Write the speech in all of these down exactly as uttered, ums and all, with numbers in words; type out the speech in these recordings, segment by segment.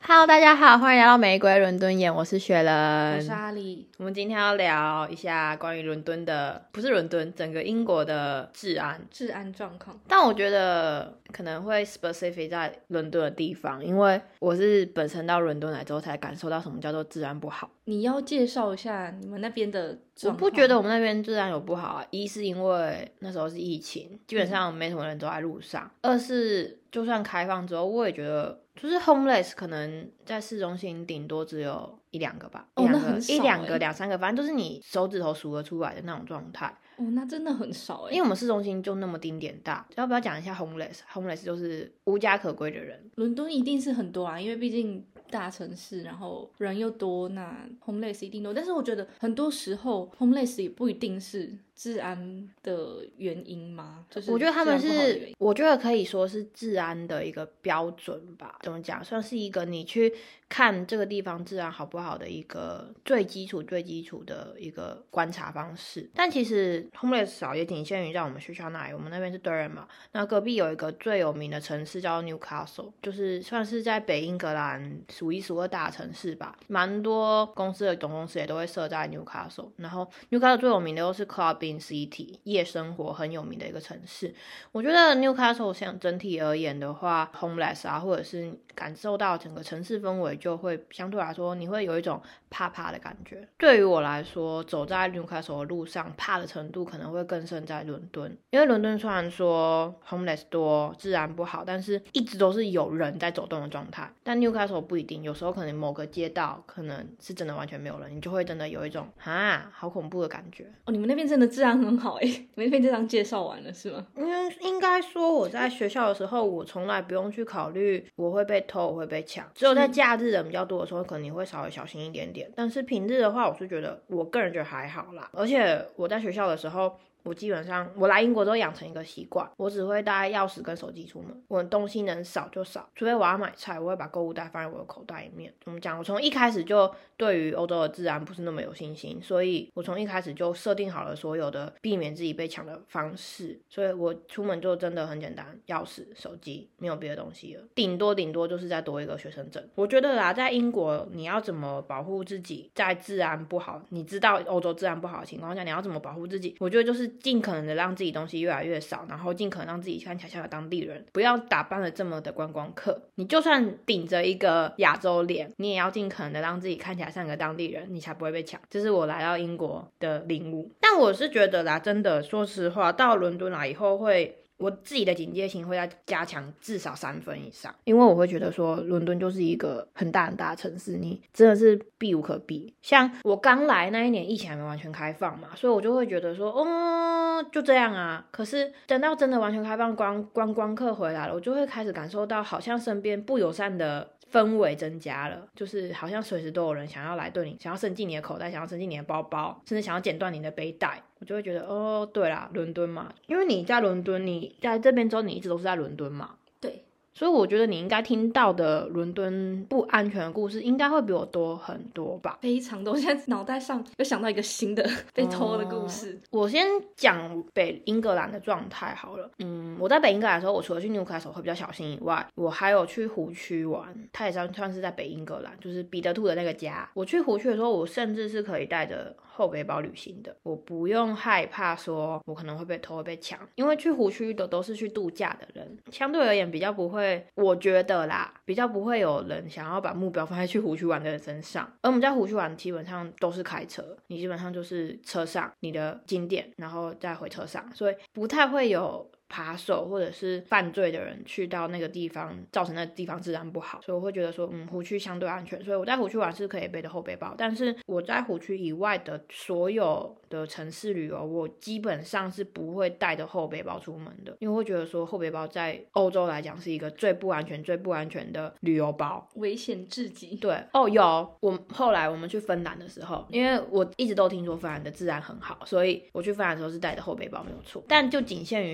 Hello， 大家好，欢迎来到玫瑰伦敦眼，我是雪人， 我是阿里。 我们今天要聊一下关于伦敦的，不是伦敦，整个英国的治安治安状况。 但我觉得可能会 specific 在伦敦的地方，因为我是本身到伦敦来之后才感受到什么叫做治安不好。 你要介绍一下你们那边的状况？ 我不觉得我们那边治安有不好啊，一是因为那时候是疫情，基本上没什么人走在路上，嗯、二是就算开放之后，我也觉得就是 homeless 可能在市中心顶多只有一两个吧， 哦，那很少、欸、 一两个两三个，反正就是你手指头数得出来的那种状态。 哦，那真的很少哎、欸， 因为我们市中心就那么丁点大。要不要讲一下 homeless？ homeless 就是无家可归的人。 伦敦一定是很多啊，因为毕竟大城市，然后人又多，那 homeless 一定多。但是我觉得很多时候 homeless 也不一定是治安的原因吗？就是我觉得他们是，我觉得可以说是治安的一个标准吧。怎么讲？算是一个你去看这个地方治安好不好的一个最基础、最基础的一个观察方式。但其实 homeless 少也仅限于在我们学校那里，我们那边是 Durham 嘛。那隔壁有一个最有名的城市叫 Newcastle， 就是算是在北英格兰数一数二大城市吧。蛮多公司的总公司也都会设在 Newcastle。然后 Newcastle 最有名的又是 Clubbing City， 夜生活很有名的一个城市。我觉得 Newcastle 像整体而言的话 ，homeless 啊，或者是感受到整个城市氛围，就会相对来说你会有一种怕怕的感觉。对于我来说，走在 Newcastle 的路上，怕的程度可能会更胜在伦敦，因为伦敦虽然说 homeless 多，治安不好，但是一直都是有人在走动的状态。但 Newcastle 不一定，有时候可能某个街道可能是真的完全没有人，你就会真的有一种哈好恐怖的感觉。 哦，你们那边真的治安很好哎、欸，你们那边这样介绍完了是吗？ 嗯，应该说我在学校的时候，我从来不用去考虑我会被偷，我会被抢。只有在假日人比较多的时候，可能你会稍微小心一点点。但是平日的话，我是觉得我个人觉得还好啦。而且我在学校的时候，我基本上我来英国之后养成一个习惯，我只会带钥匙跟手机出门，我东西能少就少，除非我要买菜，我会把购物袋放在我的口袋里面。怎么讲？我从一开始就对于欧洲的治安不是那么有信心，所以我从一开始就设定好了所有的避免自己被抢的方式，所以我出门就真的很简单，钥匙、手机，没有别的东西了，顶多顶多就是再多一个学生证。我觉得啦，在英国你要怎么保护自己，在治安不好，你知道欧洲治安不好的情况下，你要怎么保护自己？我觉得就是尽可能的让自己东西越来越少，然后尽可能让自己看起来像个当地人，不要打扮的这么的观光客。你就算顶着一个亚洲脸，你也要尽可能的让自己看起来像个当地人，你才不会被抢。这是我来到英国的领悟。但我是觉得啦，真的说实话，到伦敦来以后会我自己的警戒心会再加强至少三分以上，因为我会觉得说伦敦就是一个很大很大的城市，你真的是避无可避。像我刚来那一年疫情还没完全开放嘛，所以我就会觉得说哦就这样啊。可是等到真的完全开放，观观光客回来了，我就会开始感受到好像身边不友善的氛围增加了，就是好像随时都有人想要来对你，想要伸进你的口袋，想要伸进你的包包，甚至想要剪断你的背带。我就会觉得哦对啦，伦敦嘛，因为你在伦敦，你在这边之后你一直都是在伦敦嘛， 对， 所以我觉得你应该听到的伦敦不安全的故事应该会比我多很多吧。 非常多，我现在脑袋上又想到一个新的被偷的故事、嗯、 我先讲北英格兰的状态好了。嗯，我在北英格兰的时候，我除了去 Newcastle 会比较小心以外，我还有去湖区玩，它也算算是在北英格兰，就是彼得兔的那个家。我去湖区的时候，我甚至是可以带着后背包旅行的，我不用害怕说我可能会被偷会被抢，因为去湖区的都是去度假的人，相对而言比较不会，我觉得啦，比较不会有人想要把目标放在去湖区玩的人身上。而我们在湖区玩基本上都是开车，你基本上就是车上你的景点，然后再回车上，所以不太会有扒手或者是犯罪的人去到那个地方，造成那个地方治安不好，所以我会觉得说嗯，湖区相对安全，所以我在湖区玩是可以背的后背包。但是我在湖区以外的所有的城市旅游，我基本上是不会带着后背包出门的，因为我会觉得说后背包在欧洲来讲是一个最不安全最不安全的旅游包， 危险至极。 对哦，有我后来我们去芬兰的时候，因为我一直都听说芬兰的治安很好，所以我去芬兰的时候是带着后背包没有错，但就仅限于去芬兰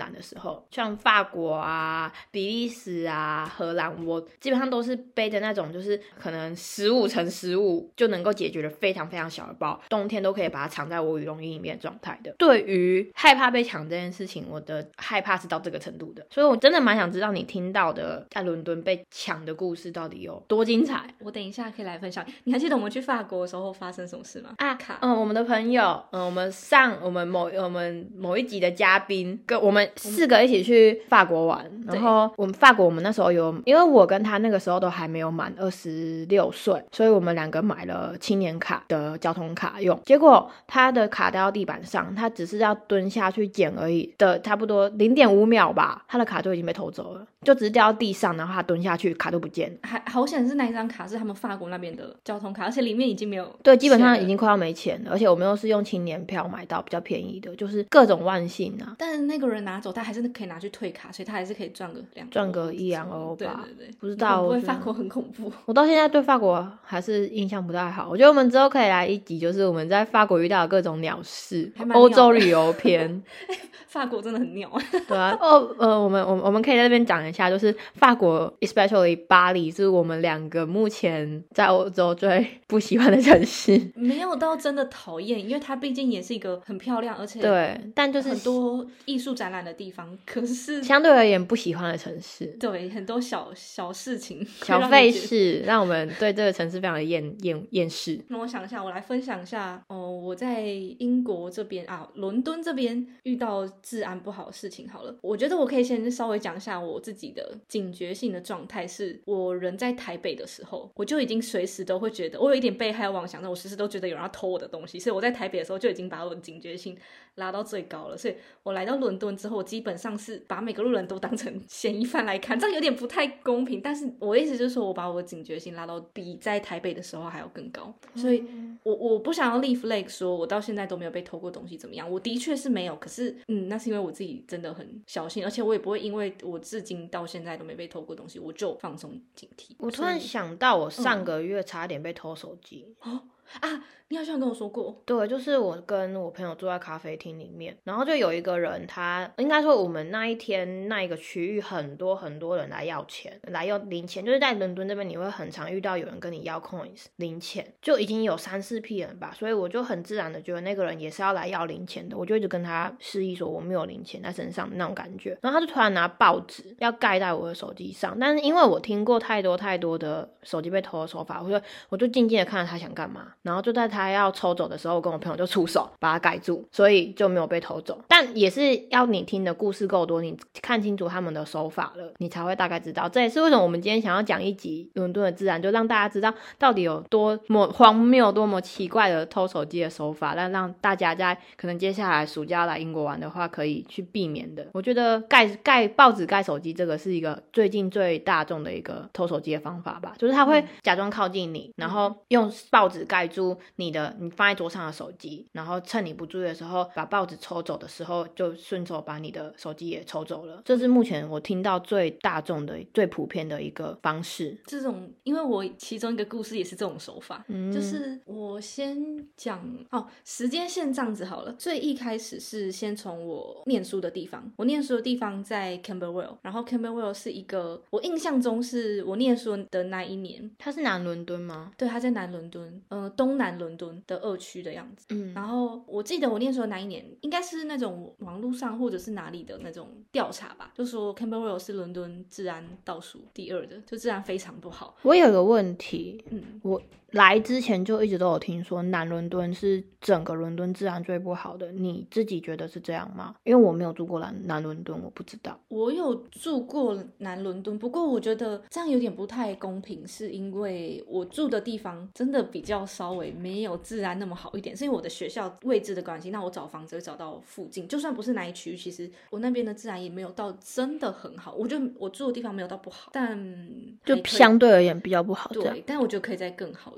懒的时候，像法国啊、比利时啊、荷兰，我基本上都是背着那种就是可能十五乘十五就能够解决的非常非常小的包，冬天都可以把它藏在我羽绒衣里面的状态的。对于害怕被抢这件事情，我的害怕是到这个程度的，所以我真的蛮想知道你听到的在伦敦被抢的故事到底有多精彩。 我等一下可以来分享。你还记得我们去法国的时候发生什么事吗？ 啊，嗯，我们的朋友，嗯，我们上我们某我们某一集的嘉宾，跟我们四个一起去法国玩，然后我们法国我们那时候有，因为我跟他那个时候都还没有满二十六岁，所以我们两个买了青年卡的交通卡用，结果他的卡掉到地板上，他只是要蹲下去捡而已的，差不多零点五秒吧，他的卡就已经被偷走了，就只是掉到地上，然后他蹲下去，卡都不见了。 还好险是那一张卡是他们法国那边的交通卡，而且里面已经没有， 对，基本上已经快要没钱了，而且我们又是用青年票买到比较便宜的，就是各种万幸啊。 但是那个人拿走，他还是可以拿去退卡，所以他还是可以赚个两赚个一两欧吧。 对对对， 不知道， 会不会法国很恐怖？ 我到现在对法国还是印象不太好。我觉得我们之后可以来一集，就是我们在法国遇到的各种鸟事，欧洲旅游篇。 法国真的很鸟。 对啊，哦，呃，我们我们我们可以在这边讲一下，就是法国 ，especially 巴黎，是我们两个目前在欧洲最不喜欢的城市。 没有到真的讨厌，因为它毕竟也是一个很漂亮，而且对，但就是很多艺术展览的地方，可是相对而言不喜欢的城市。 对，很多小小事情， 小费事，让我们对这个城市非常的厌厌厌世。 那我想一下，我来分享一下哦，我在英国这边啊，伦敦这边遇到治安不好的事情好了。我觉得我可以先稍微讲一下我自己的警觉性的状态，是我人在台北的时候，我就已经随时都会觉得我有一点被害妄想，但我时时都觉得有人要偷我的东西，所以我在台北的时候就已经把我的警觉性拉到最高了。所以我来到伦敦之后，我基本上是把每个路人都当成嫌疑犯来看，这样有点不太公平，但是我的意思就是说我把我的警觉性拉到比在台北的时候还要更高，所以我我不想要立 flag 说我到现在都没有被偷过东西怎么样，我的确是没有，可是嗯，那是因为我自己真的很小心，而且我也不会因为我至今到现在都没被偷过东西我就放松警惕。 我突然想到我上个月差点被偷手机、 嗯、哦啊，你好像跟我说过。 对，就是我跟我朋友坐在咖啡厅里面，然后就有一个人，他应该说我们那一天那一个区域很多很多人来要钱，来要零钱，就是在伦敦这边你会很常遇到有人跟你要 coins 零钱，就已经有三四批人吧，所以我就很自然的觉得那个人也是要来要零钱的，我就一直跟他示意说我没有零钱在身上的那种感觉，然后他就突然拿报纸要盖在我的手机上，但是因为我听过太多太多的手机被偷的手法，我就我就静静的看着他想干嘛，然后就在他要抽走的时候，我跟我朋友就出手把他盖住，所以就没有被偷走。但也是要你听的故事够多，你看清楚他们的手法了，你才会大概知道。这也是为什么我们今天想要讲一集伦敦的治安，就让大家知道到底有多么荒谬多么奇怪的偷手机的手法，让让大家在可能接下来暑假来英国玩的话可以去避免的。我觉得盖盖报纸盖手机这个是一个最近最大众的一个偷手机的方法吧，就是他会假装靠近你，然后用报纸盖住你的你放在桌上的手机，然后趁你不注意的时候把报纸抽走的时候就顺手把你的手机也抽走了。这是目前我听到最大众的最普遍的一个方式。 这种因为我其中一个故事也是这种手法、嗯、就是我先讲哦，时间线这样子好了。最一开始是先从我念书的地方，我念书的地方在 Camberwell， 然后 Camberwell 是一个我印象中是我念书的那一年。 它是南伦敦吗？ 对，它在南伦敦呃，东南伦敦的二区的样子。嗯，然后我记得我念书的那一年应该是那种网络上或者是哪里的那种调查吧，就说 Camberwell 是伦敦治安倒数第二的，就治安非常不好。 我有个问题， 嗯， 我来之前就一直都有听说南伦敦是整个伦敦治安最不好的，你自己觉得是这样吗？因为我没有住过南南伦敦，我不知道。 我有住过南伦敦，不过我觉得这样有点不太公平，是因为我住的地方真的比较稍微没有治安那么好一点，是因为我的学校位置的关系，那我找房子会找到附近，就算不是哪一区，其实我那边的治安也没有到真的很好，我觉得我住的地方没有到不好，但就相对而言比较不好。 对，但我觉得可以再更好一点。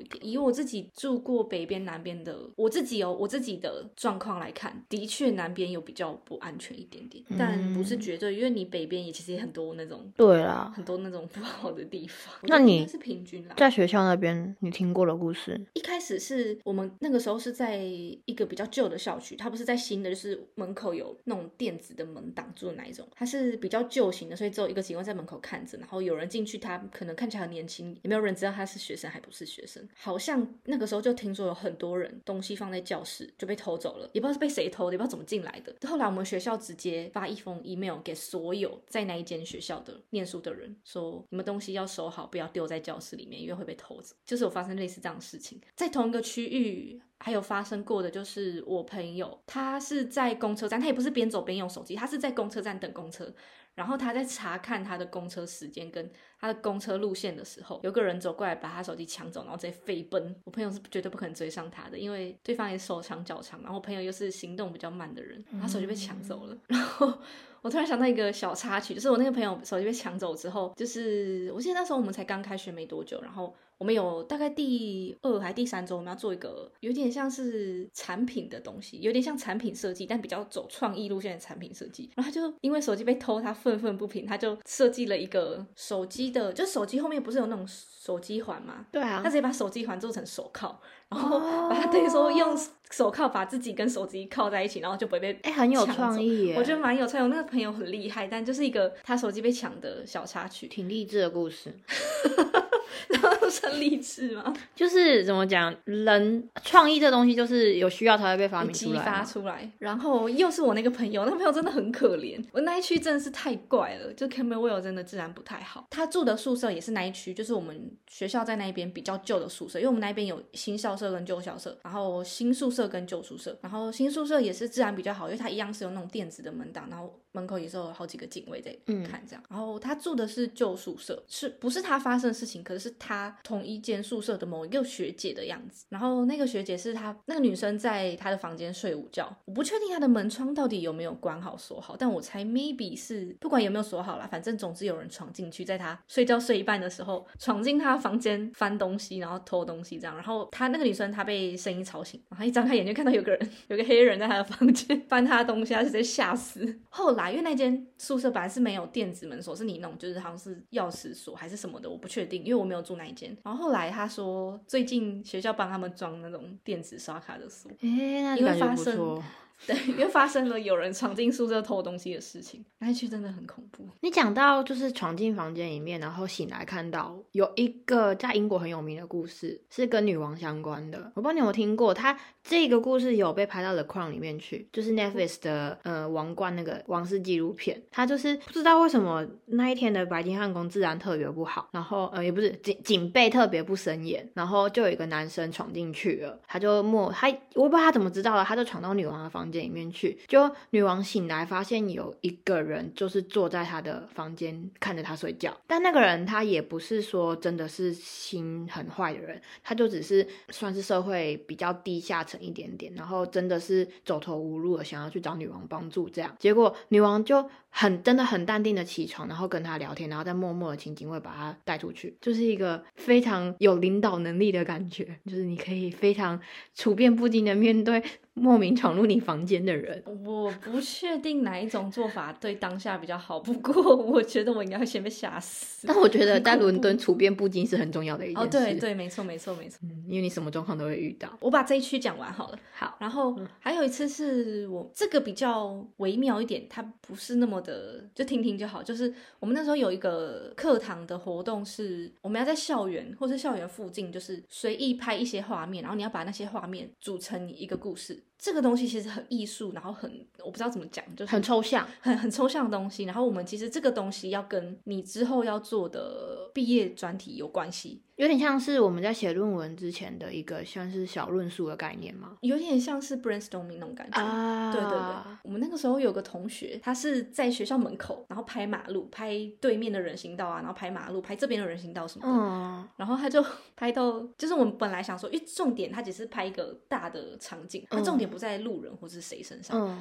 点。以我自己住过北边南边的，我自己有我自己的状况来看，的确南边有比较不安全一点点，嗯、但不是绝对，因为你北边也其实也很多那种对啦， 很多那种不好的地方。 那你是平均啦， 在学校那边你听过的故事？ 一开始是我们那个时候是在一个比较旧的校区，它不是在新的，就是门口有那种电子的门挡住的那一种，它是比较旧型的，所以只有一个警卫在门口看着，然后有人进去，他可能看起来很年轻，也没有人知道他是学生还不是学生。好像那个时候就听说有很多人东西放在教室就被偷走了，也不知道是被谁偷的，也不知道怎么进来的。后来我们学校直接发一封 email 给所有在那一间学校的念书的人，说你们东西要收好，不要丢在教室里面，因为会被偷走。就是有发生类似这样的事情。在同一个区域还有发生过的，就是我朋友他是在公车站，他也不是边走边用手机，他是在公车站等公车，然后他在查看他的公车时间跟他的公车路线的时候，有个人走过来把他手机抢走，然后直接飞奔。我朋友是绝对不可能追上他的，因为对方也手长脚长，然后我朋友又是行动比较慢的人，他手机被抢走了。然后我突然想到一个小插曲，就是我那个朋友手机被抢走之后，就是我记得那时候我们才刚开学没多久，然后我们有大概第二还第三周，我们要做一个有点像是产品的东西，有点像产品设计，但比较走创意路线的产品设计。然后他就因为手机被偷，他愤愤不平，他就设计了一个手机的，就手机后面不是有那种手机环吗？ 对啊， 他直接把手机环做成手铐，然后把它等于说用手铐把自己跟手机铐在一起，然后就不会被抢走。 哎、欸，很有创意耶！ 我觉得蛮有创意。我那个朋友很厉害，但就是一个他手机被抢的小插曲， 挺励志的故事。 然后算励志吗？ 就是怎么讲，人创意这东西就是有需要才会被发明出来， 激发出来。然后又是我那个朋友，那个朋友真的很可怜。我那一区真的是太怪了，就 Camberwell 真的治安不太好。他住的宿舍也是那一区，就是我们学校在那边比较旧的宿舍，因为我们那边有新校舍跟旧校舍，然后新宿舍跟旧宿舍，然后新宿舍也是治安比较好，因为它一样是有那种电子的门挡，然后门口也是有好几个警卫在看这样。嗯、然后他住的是旧宿舍，是不是他发生的事情？可是是他同一间宿舍的某一个学姐的样子。然后那个学姐是她那个女生在她的房间睡午觉，我不确定她的门窗到底有没有关好锁好，但我猜 maybe 是不管有没有锁好啦，反正总之有人闯进去，在她睡觉睡一半的时候闯进她房间翻东西，然后偷东西这样。然后她那个女生她被声音吵醒，然后一张开眼就看到有个人有个黑人在她的房间翻她的东西，她就直接吓死。后来因为那间宿舍本来是没有电子门锁，是你弄就是好像是钥匙锁还是什么的，我不确定，因为我没有住那一间。然后后来他说最近学校帮他们装那种电子刷卡的锁， 欸，那因为感觉发生不错。 对，因为发生了有人闯进宿舍偷东西的事情，那一区真的很恐怖。 你讲到就是闯进房间里面，然后醒来看到有一个在英国很有名的故事，是跟女王相关的。我不知道你有没有听过，它这个故事有被拍到 The Crown 里面去，就是 Netflix 的呃王冠那个王室纪录片。它就是不知道为什么那一天的白金汉宫治安特别不好，然后呃也不是警警备特别不森严，然后就有一个男生闯进去了，他就默他我不知道他怎么知道的，他就闯到女王的房间里面去，就女王醒来发现有一个人就是坐在她的房间看着她睡觉，但那个人他也不是说真的是心很坏的人，他就只是算是社会比较低下层一点点，然后真的是走投无路了，想要去找女王帮助这样。结果女王就很真的很淡定的起床，然后跟他聊天，然后再默默的请警卫把他带出去，就是一个非常有领导能力的感觉，就是你可以非常处变不惊的面对莫名闯入你房间的人。 我不确定哪一种做法对当下比较好，不过我觉得我应该会先被吓死。 但我觉得在伦敦处变不惊是很重要的一件事。 哦，对对，没错没错没错、 嗯，因为你什么状况都会遇到。 我把这一区讲完好了。 好， 然后、嗯、还有一次是我这个比较微妙一点，它不是那么的就听听就好，就是我们那时候有一个课堂的活动，是我们要在校园或是校园附近就是随意拍一些画面，然后你要把那些画面组成一个故事。这个东西其实很艺术，然后很我不知道怎么讲，就是很抽象， 很很抽象的东西。然后我们其实这个东西要跟你之后要做的毕业专题有关系， 有点像是我们在写论文之前的一个像是小论述的概念吗？ 有点像是 brainstorming 那种感觉啊。对对对，我们那个时候有个同学，他是在学校门口，然后拍马路，拍对面的人行道啊，然后拍马路，拍这边的人行道什么的。嗯，然后他就拍到，就是我们本来想说，因为重点他只是拍一个大的场景，他重点不在路人或是谁身上。嗯，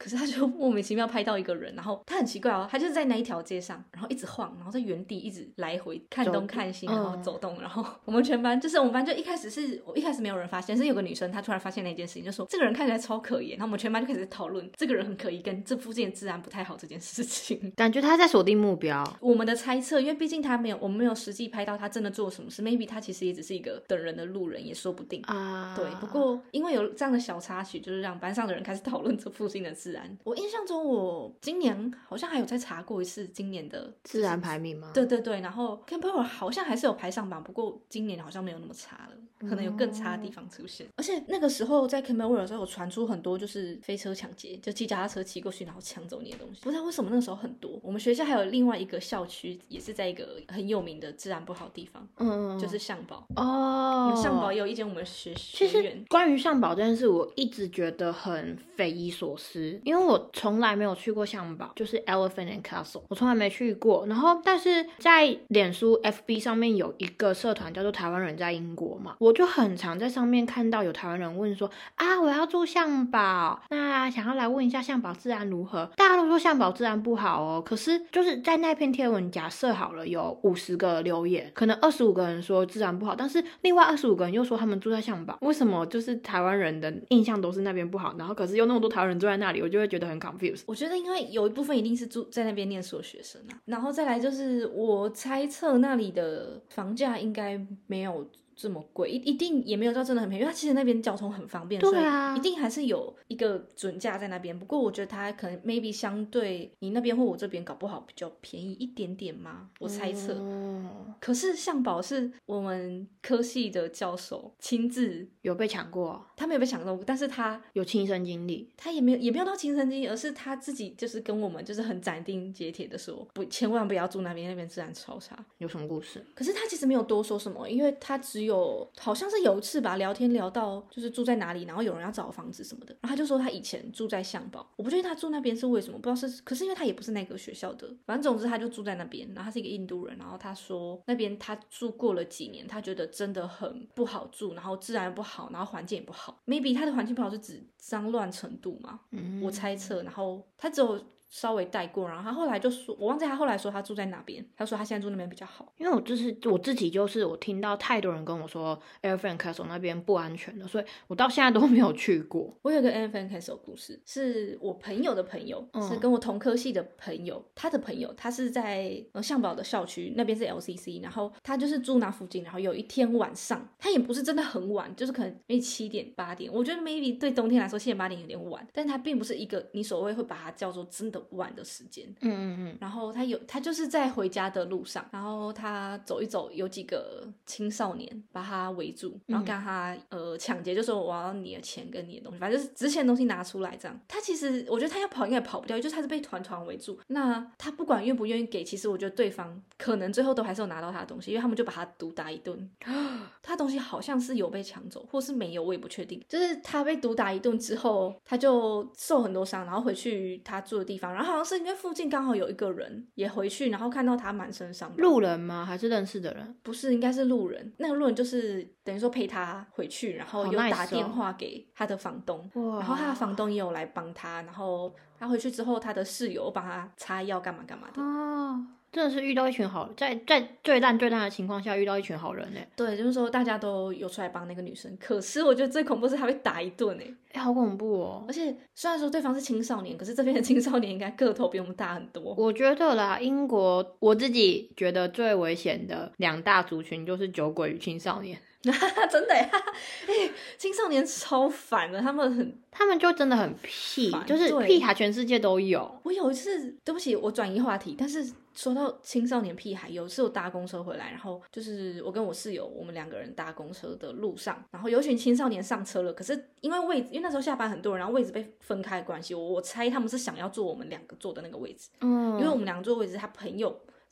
可是他就莫名其妙拍到一个人，然后他很奇怪哦，他就是在那一条街上，然后一直晃，然后在原地一直来回看东看西，然后走动，嗯、然后我们全班就是我们班就一开始是我一开始没有人发现，是有个女生她突然发现那件事情，就说这个人看起来超可疑，然后我们全班就开始讨论这个人很可疑跟这附近的治安不太好这件事情， 感觉他在锁定目标。 我们的猜测，因为毕竟他没有我们没有实际拍到他真的做什么事 ，maybe 他其实也只是一个等人的路人，也说不定啊。对，不过因为有这样的小插曲，就是让班上的人开始讨论这附近的治安。我印象中，我今年好像还有再查过一次今年的治安排名吗？ 对对对，然后 Camberwell 好像还是有排上榜，不过今年好像没有那么差了。可能有更差的地方出现，而且那个时候在 Camberwell 的时候有传出很多就是飞车抢劫，就骑脚踏车骑过去然后抢走你的东西，不知道为什么那个时候很多。我们学校还有另外一个校区也是在一个很有名的治安不好的地方，嗯，就是象堡哦，象堡也有一间我们学学院。 其实关于象堡这件事，我一直觉得很匪夷所思，因为我从来没有去过象堡，就是 Elephant and Castle， 我从来没去过。然后，但是在脸书 F B 上面有一个社团叫做台湾人在英国嘛，我就很常在上面看到有台湾人问说啊，我要住象堡，那想要来问一下象堡治安如何？大家都说象堡治安不好哦，可是就是在那篇贴文假设好了有五十个留言，可能二十五个人说治安不好，但是另外二十五个人又说他们住在象堡，为什么就是台湾人的印象都是那边不好，然后可是又那么多台湾人住在那里，我就会觉得很 confused。 我觉得因为有一部分一定是住在那边念书的学生啊，然后再来就是我猜测那里的房价应该没有这么贵，一一定也没有到真的很便宜，因为它其实那边交通很方便， 对啊， 所以一定还是有一个准价在那边。不过我觉得它可能 maybe 相对你那边或我这边搞不好比较便宜一点点嘛，我猜测。嗯、可是象堡是我们科系的教授亲自有被抢过， 他没有被抢过，但是他有亲身经历， 他也没有也没有到亲身经历，而是他自己就是跟我们就是很斩钉截铁的说，不，千万不要住那边，那边治安超差。 有什么故事？ 可是他其实没有多说什么，因为他只有好像是有一次吧，聊天聊到就是住在哪里，然后有人要找房子什么的，然后他就说他以前住在象堡，我不确定他住那边是为什么，不知道是，可是因为他也不是那个学校的，反正总之他就住在那边，然后他是一个印度人，然后他说那边他住过了几年，他觉得真的很不好住，然后治安不好，然后环境也不好 ，maybe 他的环境不好是指脏乱程度嘛，嗯，我猜测，然后他只有稍微带过，然后他后来就说，我忘记他后来说他住在哪边，他说他现在住那边比较好。 因为我就是我自己就是我听到太多人跟我说 Elephant Castle 那边不安全的，所以我到现在都没有去过。 我有个 Elephant Castle 故事，是我朋友的朋友，嗯、是跟我同科系的朋友，他的朋友他是在呃象堡的校区那边是 L C C， 然后他就是住那附近，然后有一天晚上，他也不是真的很晚，就是可能 maybe 七点八点，我觉得 maybe 对冬天来说七点八点有点晚，但他并不是一个你所谓会把它叫做真的晚的时间，嗯嗯嗯，然后他有他就是在回家的路上，然后他走一走，有几个青少年把他围住，然后跟他、嗯、呃抢劫，就说我要你的钱跟你的东西，反正就是值钱的东西拿出来这样。他其实我觉得他要跑应该也跑不掉，就是他是被团团围住，那他不管愿不愿意给，其实我觉得对方可能最后都还是有拿到他的东西，因为他们就把他毒打一顿。他东西好像是有被抢走，或是没有，我也不确定。就是他被毒打一顿之后，他就受很多伤，然后回去他住的地方，然后好像是因为附近刚好有一个人也回去，然后看到他满身伤。 路人吗？还是认识的人？ 不是，应该是路人。那个路人就是等于说陪他回去，然后有打电话给他的房东，哦、然后他的房东也有来帮他，然后他回去之后，他的室友帮他擦药干嘛干嘛的。哦， 真的是遇到一群好，在在最烂最烂的情况下遇到一群好人耶。 对，就是说大家都有出来帮那个女生，可是我觉得最恐怖是他被打一顿耶。 哎、欸，好恐怖哦！ 而且虽然说对方是青少年，可是这边的青少年应该个头比我们大很多。 我觉得啦，英国我自己觉得最危险的两大族群就是酒鬼与青少年。 真的耶、欸、青少年超烦的，他们很他们就真的很屁，就是屁孩全世界都有。 我有一次，对不起我转移话题，但是说到青少年屁孩，有一次我搭公车回来，然后就是我跟我室友，我们两个人搭公车的路上，然后有一群青少年上车了，可是因为位置，因为那时候下班很多人，然后位置被分开的关系，我我猜他们是想要坐我们两个坐的那个位置，嗯，因为我们两个坐的位置，他朋友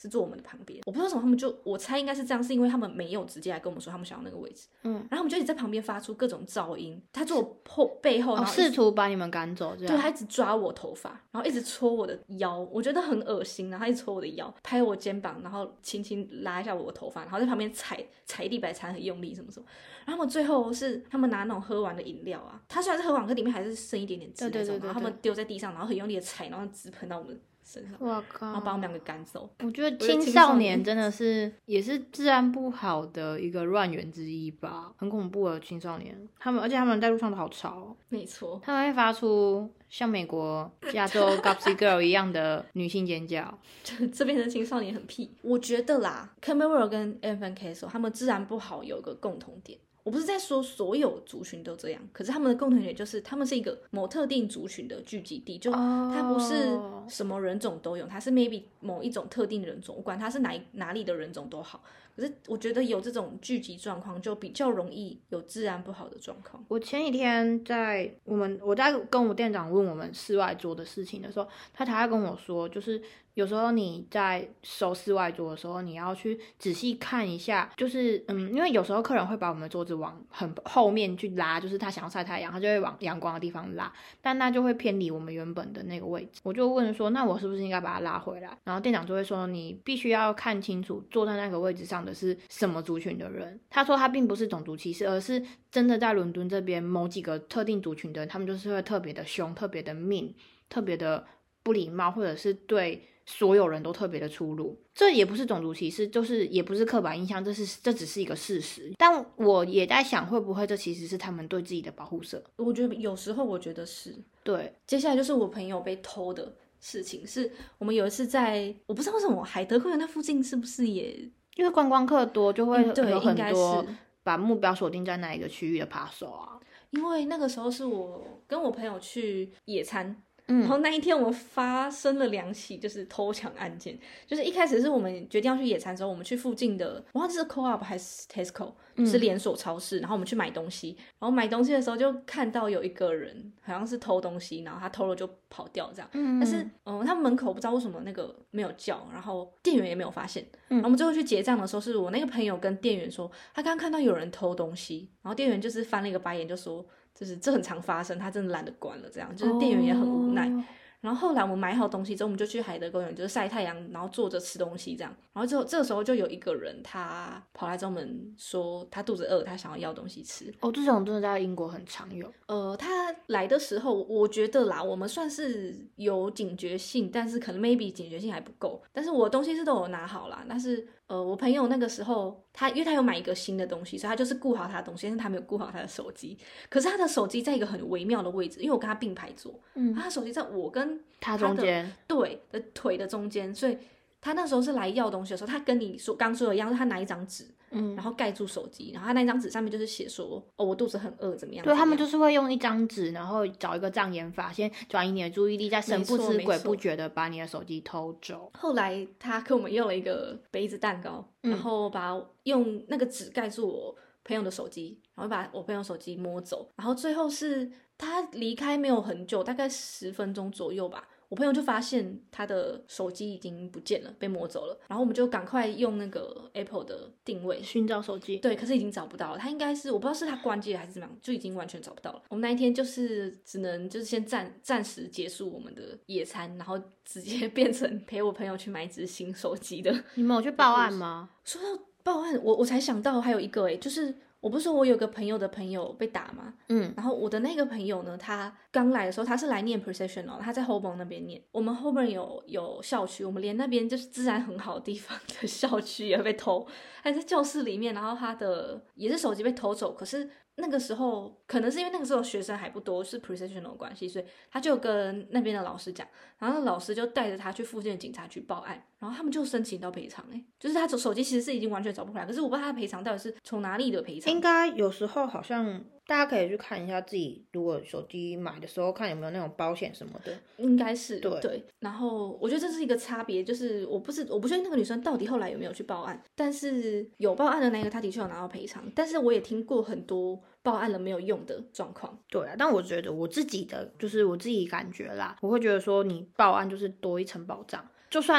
是坐我们的旁边。我不知道为什么他们就，我猜应该是这样，是因为他们没有直接来跟我们说他们想要那个位置，嗯，然后他们就一直在旁边发出各种噪音，他坐我后背后，然后试图把你们赶走，这样。 对，他一直抓我头发，然后一直戳我的腰，我觉得很恶心，然后他一直戳我的腰，拍我肩膀，然后轻轻拉一下我的头发，然后在旁边踩踩地板踩很用力什么什么。然后他们最后是他们拿那种喝完的饮料啊，他虽然是喝完，可里面还是剩一点点汁那种， 对对对对对， 然后他们丢在地上，然后很用力的踩，然后汁喷到我们身上， 哇靠！ 然后把我们两个赶走。 我觉得青少年真的是也是治安不好的一个乱源之一吧，很恐怖的青少年，他们而且他们在路上都好吵， 没错， 他们会发出像美国加州 Gossip Girl 一样的女性尖叫。 这边的青少年很屁。我觉得啦 Campbell World 跟 Elephant Castle 他们治安不好有一个共同点，我不是在说所有族群都这样，可是他们的共同点就是他们是一个某特定族群的聚集地，就它不是什么人种都有，它是 maybe 某一种特定人种，不管它是哪哪里的人种都好。可是我觉得有这种聚集状况，就比较容易有治安不好的状况。 我前几天在我们我在跟我店长问我们室外桌的事情的时候，他才跟我说，就是有时候你在收室外桌的时候，你要去仔细看一下，就是嗯，因为有时候客人会把我们的桌子往很后面去拉，就是他想要晒太阳，他就会往阳光的地方拉，但那就会偏离我们原本的那个位置。我就问说，那我是不是应该把它拉回来？然后店长就会说，你必须要看清楚坐在那个位置上的是什么族群的人。他说他并不是种族歧视，而是真的在伦敦这边某几个特定族群的人，他们就是会特别的凶，特别的命，特别的不礼貌，或者是对所有人都特别的粗鲁。这也不是种族歧视，就是也不是刻板印象，这是这只是一个事实。但我也在想，会不会这其实是他们对自己的保护色？ 我觉得有时候我觉得是。 对， 接下来就是我朋友被偷的事情，是我们有一次在，我不知道为什么海德公园那附近是不是也因为观光客多，就会有很多嗯、 把目标锁定在那一个区域的扒手啊。 因为那个时候是我跟我朋友去野餐。嗯、然后那一天我们发生了两起就是偷抢案件，就是一开始是我们决定要去野餐的时候，我们去附近的我忘记是 Co-op 还是 Tesco， 是连锁超市、嗯、然后我们去买东西，然后买东西的时候就看到有一个人好像是偷东西，然后他偷了就跑掉这样、嗯、但是嗯，他们门口不知道为什么那个没有叫，然后店员也没有发现、嗯、然后我们最后去结账的时候，是我那个朋友跟店员说他刚刚看到有人偷东西，然后店员就是翻了一个白眼就说就是这很常发生，他真的懒得管了这样，就是店员也很无奈、哦，然后后来我们买好东西之后，我们就去海德公园，就是晒太阳，然后坐着吃东西这样。然后之后这个时候就有一个人，他跑来找我们说他肚子饿，他想要要东西吃。 哦，这种真的在英国很常有。 呃，他来的时候，我觉得啦，我们算是有警觉性，但是可能 maybe 警觉性还不够。但是我的东西是都有拿好啦，但是呃，我朋友那个时候他因为他有买一个新的东西，所以他就是顾好他的东西，但是他没有顾好他的手机。可是他的手机在一个很微妙的位置，因为我跟他并排坐，嗯，他的手机在我跟他中间， 对的腿的中间，所以他那时候是来要东西的时候，他跟你说刚说的一样，他拿一张纸，嗯，然后盖住手机，然后他那张纸上面就是写说，哦，我肚子很饿，怎么样？ 对，他们就是会用一张纸，然后找一个障眼法，先转移你的注意力，再神不知鬼不觉的把你的手机偷走。 后来他跟我们要了一个杯子蛋糕，然后把用那个纸盖住我朋友的手机，然后把我朋友手机摸走，然后最后是他离开没有很久，大概十分钟左右吧。我朋友就发现他的手机已经不见了，被摸走了，然后我们就赶快用那个 Apple 的定位寻找手机， 对，可是已经找不到了。他应该是我不知道是他关机了还是怎么样，就已经完全找不到了。我们那一天就是只能就是先暂暂时结束我们的野餐，然后直接变成陪我朋友去买一只新手机的。 你们有去报案吗？ 说到报案，我我才想到还有一个诶、欸，就是我不是说我有个朋友的朋友被打吗？嗯，然后我的那个朋友呢，他刚来的时候他是来念 Precision 哦，他在 Holborn 那边念。我们 Holborn 有有校区，我们连那边就是治安很好的地方的校区也被偷，还在教室里面，然后他的也是手机被偷走，可是那个时候可能是因为那个时候学生还不多，是 Precision 的关系，所以他就跟那边的老师讲，然后老师就带着他去附近的警察局报案，然后他们就申请到赔偿。哎，就是他手机其实是已经完全找不回来，可是我不知道他的赔偿到底是从哪里的赔偿。 应该有时候好像大家可以去看一下自己，如果手机买的时候看有没有那种保险什么的， 应该是对, 对。然后我觉得这是一个差别，就是我不是我不确定那个女生到底后来有没有去报案，但是有报案的那个她的确有拿到赔偿，但是我也听过很多报案了没有用的状况。 对啊，但我觉得我自己的就是我自己感觉啦，我会觉得说你报案就是多一层保障，就算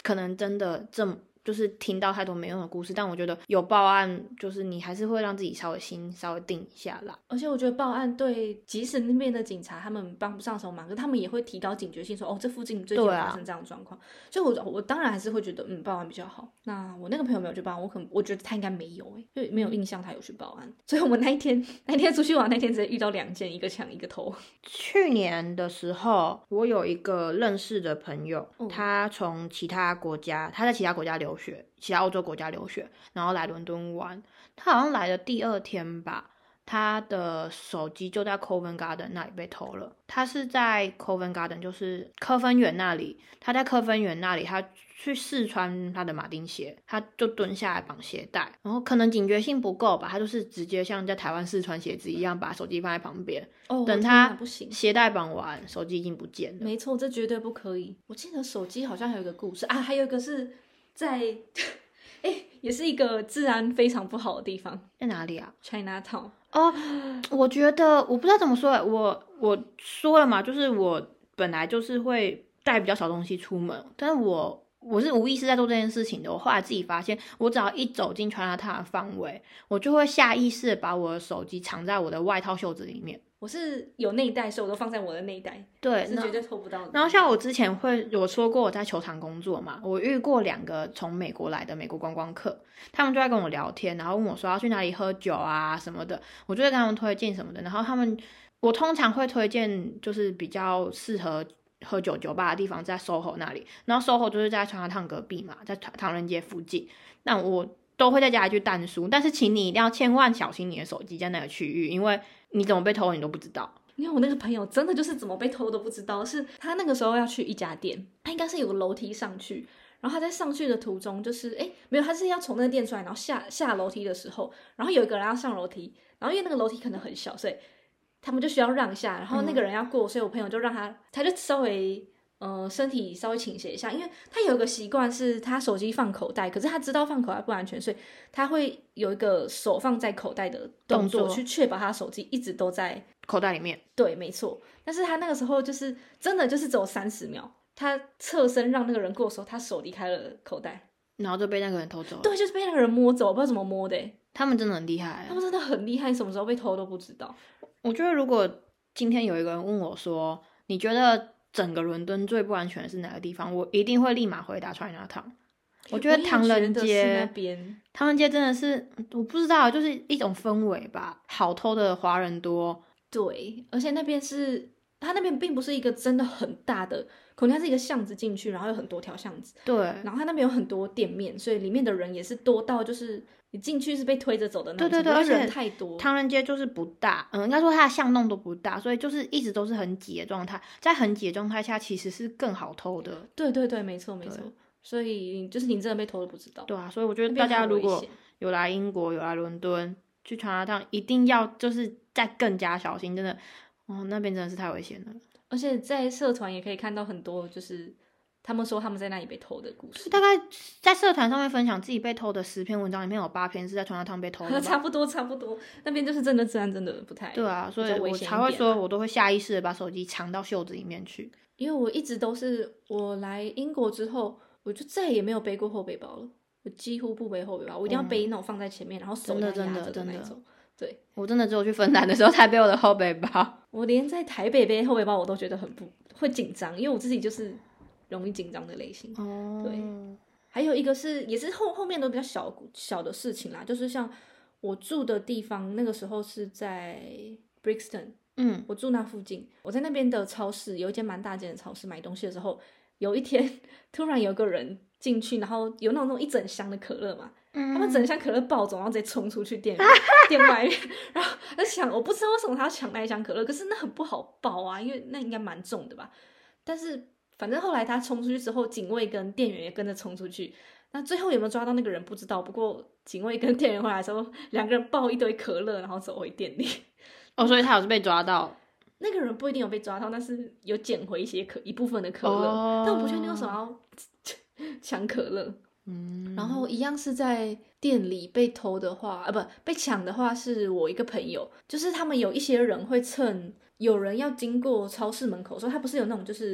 可能真的这么就是听到太多没用的故事，但我觉得有报案，就是你还是会让自己稍微心稍微定一下啦。 而且我觉得报案对，即使那边的警察他们帮不上什么忙，可他们也会提高警觉性说，哦，这附近最近有发生这样的状况。啊、所以我我当然还是会觉得，嗯，报案比较好。那我那个朋友没有去报案，我可能我觉得他应该没有诶、欸，就没有印象他有去报案。所以我们那一天那天出去玩那天直接遇到两件，一个抢一个偷。 去年的时候，我有一个认识的朋友，嗯、他从其他国家，他在其他国家留学。其他欧洲国家留学，然后来伦敦玩。他好像来的第二天吧，他的手机就在 Covent Garden 那里被偷了。他是在 Covent Garden， 就是科芬园那里。他在科芬园那里，他去试穿他的马丁鞋，他就蹲下来绑鞋带，然后可能警觉性不够吧，他就是直接像在台湾试穿鞋子一样，把手机放在旁边。 哦， 等他鞋带绑完，手机已经不见了。 没错，这绝对不可以。我记得手机好像还有一个故事啊，还有一个是。在，哎，也是一个治安非常不好的地方， 在哪里啊 ？Chinatown。 哦，我觉得我不知道怎么说，我我说了嘛，就是我本来就是会带比较少东西出门，但是我我是无意识在做这件事情的。我后来自己发现，我只要一走进 Chinatown 的范围，我就会下意识把我的手机藏在我的外套袖子里面。 我是有内袋，所以我都放在我的内袋， 对， 是绝对偷不到的。 然后像我之前会有说过我在球场工作嘛，我遇过两个从美国来的美国观光客，他们就在跟我聊天，然后问我说要去哪里喝酒啊什么的，我就会跟他们推荐什么的。然后他们，我通常会推荐就是比较适合喝酒酒吧的地方，在 S O H O 那里。然后 S O H O 就是在Chinatown隔壁嘛，在唐人街附近。那我都会再加一句淡书，但是请你一定要千万小心你的手机在那个区域，因为你怎么被偷你都不知道。 因为我那个朋友真的就是怎么被偷都不知道，是他那个时候要去一家店，他应该是有个楼梯上去，然后他在上去的途中就是哎没有，他是要从那个店出来，然后下下楼梯的时候，然后有一个人要上楼梯，然后因为那个楼梯可能很小，所以他们就需要让一下，然后那个人要过，嗯、所以我朋友就让他，他就稍微呃身体稍微倾斜一下，因为他有一个习惯是他手机放口袋，可是他知道放口袋不安全，所以他会有一个手放在口袋的动作，去确保他手机一直都在口袋里面。 对，没错。但是他那个时候就是真的就是只有三十秒，他侧身让那个人过的时候，他手离开了口袋， 然后就被那个人偷走了。 对，就是被那个人摸走，我不知道怎么摸的。 他们真的很厉害， 他们真的很厉害，什么时候被偷都不知道。 我觉得如果今天有一个人问我说，你觉得整个伦敦最不安全的是哪个地方？我一定会立马回答 Chinatown。我觉得唐人街那边， 唐人街真的是我不知道，就是一种氛围吧，好偷的华人多。 对，而且那边是它那边并不是一个真的很大的，可能它是一个巷子进去，然后有很多条巷子。 对， 然后它那边有很多店面，所以里面的人也是多到就是你进去是被推着走的那种。 对对对，而且人太多。 唐人街就是不大，嗯，应该说它的巷弄都不大，所以就是一直都是很挤的状态。在很挤的状态下，其实是更好偷的。 对对对，没错没错。所以就是你真的被偷都不知道。 对啊，所以我觉得大家如果有来英国有来伦敦去Chinatown，一定要就是再更加小心，真的。哦，那边真的是太危险了， 而且在社团也可以看到很多，就是他们说他们在那里被偷的故事。 大概在社团上面分享自己被偷的十篇文章里面有八篇是在Chinatown被偷的。 差不多差不多，那边就是真的治安真的不太。 对啊，所以我才会说我都会下意识的把手机藏到袖子里面去。 因为我一直都是我来英国之后，我就再也没有背过后背包了，我几乎不背后背包，我一定要背那种放在前面，嗯、然后手压着的那种。对， 我真的只有去芬兰的时候才背我的后背包。 我连在台北背后背包我都觉得很不会紧张，因为我自己就是容易紧张的类型。 哦， 对，还有一个是也是后后面都比较小小的事情啦，就是像我住的地方，那个时候是在 Brixton， 嗯，我住那附近，我在那边的超市有一间蛮大间的超市买东西的时候，有一天突然有个人进去，然后有那种那种一整箱的可乐嘛。他们整箱可乐抱走，然后直接冲出去店店外面，然后在抢，我不知道为什么他要抢那一箱可乐，可是那很不好抱啊，因为那应该蛮重的吧。但是反正后来他冲出去之后，警卫跟店员也跟着冲出去。那最后有没有抓到那个人不知道，不过警卫跟店员回来的时候，两个人抱一堆可乐，然后走回店里。 哦，所以他有是被抓到。 那个人不一定有被抓到，但是有捡回一些可一部分的可乐，哦、但我不确定为什么要抢可乐。嗯，然后一样是在店里被偷的话，啊不被抢的话，是我一个朋友，就是他们有一些人会趁有人要经过超市门口，所以他不是有那种就是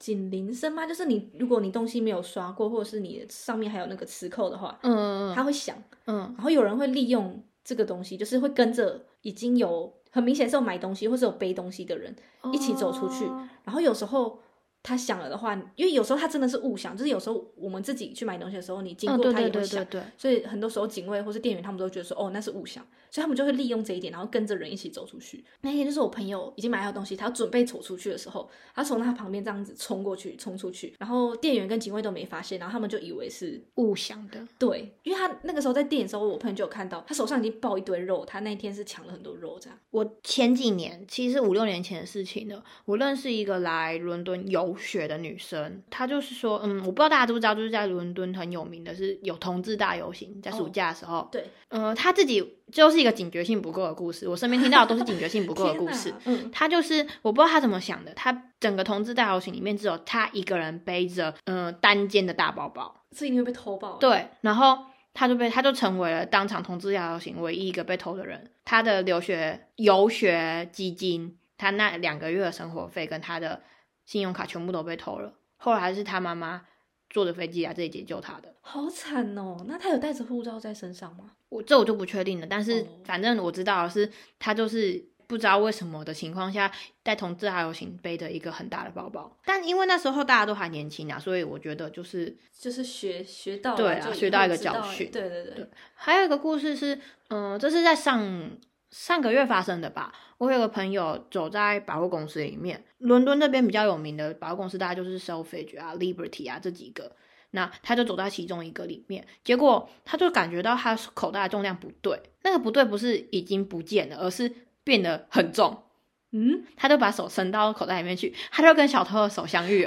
警铃声吗？就是你如果你东西没有刷过，或者是你上面还有那个磁扣的话， 嗯， 它会响， 嗯， 然后有人会利用这个东西，就是会跟着已经有很明显是有买东西或是有背东西的人一起走出去， 哦， 然后有时候它响了的话，因为有时候它真的是误响，就是有时候我们自己去买东西的时候，你经过它也会响， 嗯、对对对对对， 所以很多时候警卫或是店员他们都会觉得说，哦，那是误响，所以他们就会利用这一点，然后跟着人一起走出去。那天就是我朋友已经买好东西，他要准备走出去的时候，他从他旁边这样子冲过去，冲出去，然后店员跟警卫都没发现，然后他们就以为是误响的。 对，因为他那个时候在店的时候，我朋友就有看到他手上已经抱一堆肉，他那天是抢了很多肉这样。 我前几年其实五六年前的事情了，我认识一个来伦敦游学的女生。她就是说，嗯，我不知道大家知不知道，就是在伦敦很有名的是有同志大游行，在暑假的时候，哦、 对， 呃，她自己就是一个警觉性不够的故事。我身边听到的都是警觉性不够的故事。 嗯， 她就是我不知道她怎么想的，她整个同志大游行里面只有她一个人背着嗯、呃、单肩的大包包， 这一定会被偷爆。 对，然后他就被他就成为了当场同志大游行唯一一个被偷的人。他的留学游学基金，他那两个月的生活费跟他的信用卡全部都被偷了。后来是他妈妈坐着飞机来这里解救他的。 好惨哦！那他有带着护照在身上吗？ 我这我就不确定了，但是哦反正我知道的是，他就是不知道为什么的情况下，在同志大游行背着一个很大的包包。但因为那时候大家都还年轻啊，所以我觉得就是就是学学到了， 对啊，学到一个教训。 对对 对, 对。 还有一个故事是，嗯、呃，这是在上上个月发生的吧。我有个朋友走在百货公司里面，伦敦那边比较有名的百货公司大概就是 Selfridge 啊、Liberty 啊这几个。那他就走在其中一个里面，结果他就感觉到他口袋的重量不对，那个不对不是已经不见了，而是变得很重。 嗯， 他就把手伸到口袋里面去，他就跟小偷的手相遇了。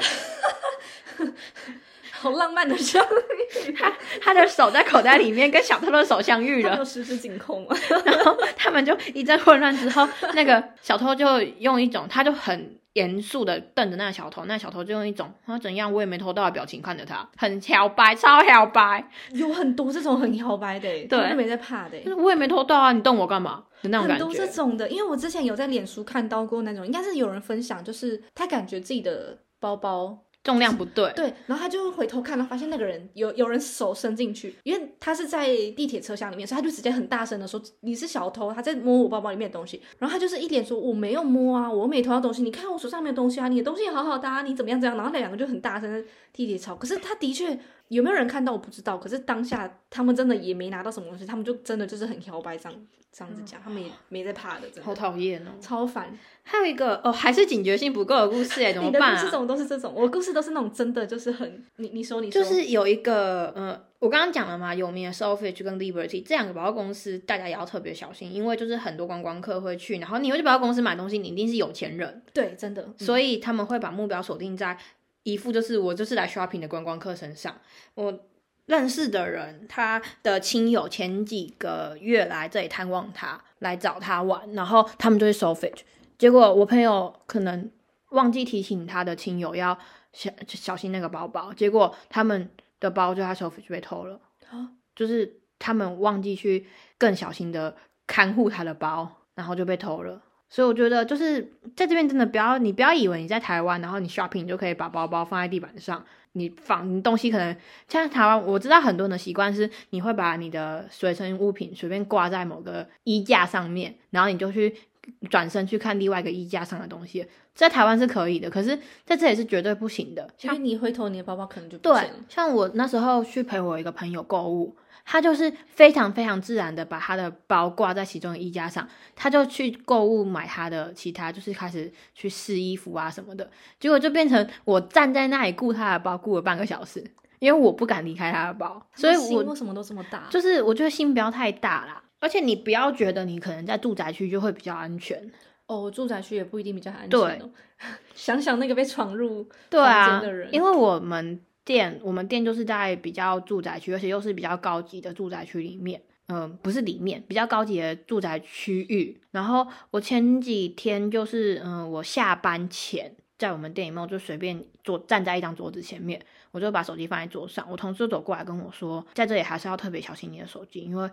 好浪漫的相遇， 他他的手在口袋里面跟小偷的手相遇了， 他有十指紧扣吗？ 然后他们就一阵混乱之后，那个小偷就用一种，他就很严肃的瞪着那个小偷，那个小偷就用一种他怎样我也没偷到的表情看着他，很摇摆，超摇摆， 有很多这种很摇摆的，对，他没在怕的， 我也没偷到啊，你瞪我干嘛的那种感觉。 很多这种的，因为我之前有在脸书看到过那种，应该是有人分享，就是他感觉自己的包包重量不对， 对，然后他就回头看，然后发现那个人有有人手伸进去，因为他是在地铁车厢里面，所以他就直接很大声的说你是小偷，他在摸我包包里面的东西，然后他就是一脸说我没有摸啊，我没偷到东西，你看我手上没有东西啊，你的东西也好好的啊，你怎么样怎样，然后那两个就很大声的地铁吵，可是他的确有没有人看到我不知道，可是当下他们真的也没拿到什么东西，他们就真的就是很摇摆这样这样子讲，他们也没在怕的，真的好讨厌哦， 超烦。 还有一个哦，还是警觉性不够的故事哎，怎么办啊？ 你的故事怎么都是这种，我的故事都是那种真的就是很，你你说你说， 就是有一个呃，我刚刚讲了嘛，有名的 Selfridge 跟 Liberty 这两个百货公司，大家也要特别小心，因为就是很多观光客会去，然后你会去百货公司买东西，你一定是有钱人， 对，真的，嗯、 所以他们会把目标锁定在一副就是我就是来 shopping 的观光客身上。我认识的人，他的亲友前几个月来这里探望他，来找他玩，然后他们就去 Selfridge。结果我朋友可能忘记提醒他的亲友要小小心那个包包，结果他们的包就在 Selfridge 被偷了，就是他们忘记去更小心的看护他的包，然后就被偷了。所以我觉得就是在这边真的不要，你不要以为你在台湾，然后你 shopping 你就可以把包包放在地板上，你放你东西可能像台湾，我知道很多人的习惯是你会把你的随身物品随便挂在某个衣架上面，然后你就去转身去看另外一个衣架上的东西，在台湾是可以的，可是在这里是绝对不行的， 因为你回头你的包包可能就不见了。 对，像我那时候去陪我一个朋友购物，他就是非常非常自然的把他的包挂在其中的衣架上，他就去购物买他的其他，就是开始去试衣服啊什么的，结果就变成我站在那里顾他的包顾了半个小时，因为我不敢离开他的包，所以我为什么都这么大？ 就是我觉得心不要太大啦，而且你不要觉得你可能在住宅区就会比较安全哦，住宅区也不一定比较安全哦。想想那个被闯入房间的人， 对啊，因为我们店我们店就是在比较住宅区，而且又是比较高级的住宅区里面，嗯、呃，不是里面，比较高级的住宅区域。然后我前几天就是嗯、呃，我下班前在我们店里面，我就随便坐站在一张桌子前面，我就把手机放在桌上，我同事走过来跟我说，在这里还是要特别小心你的手机，因为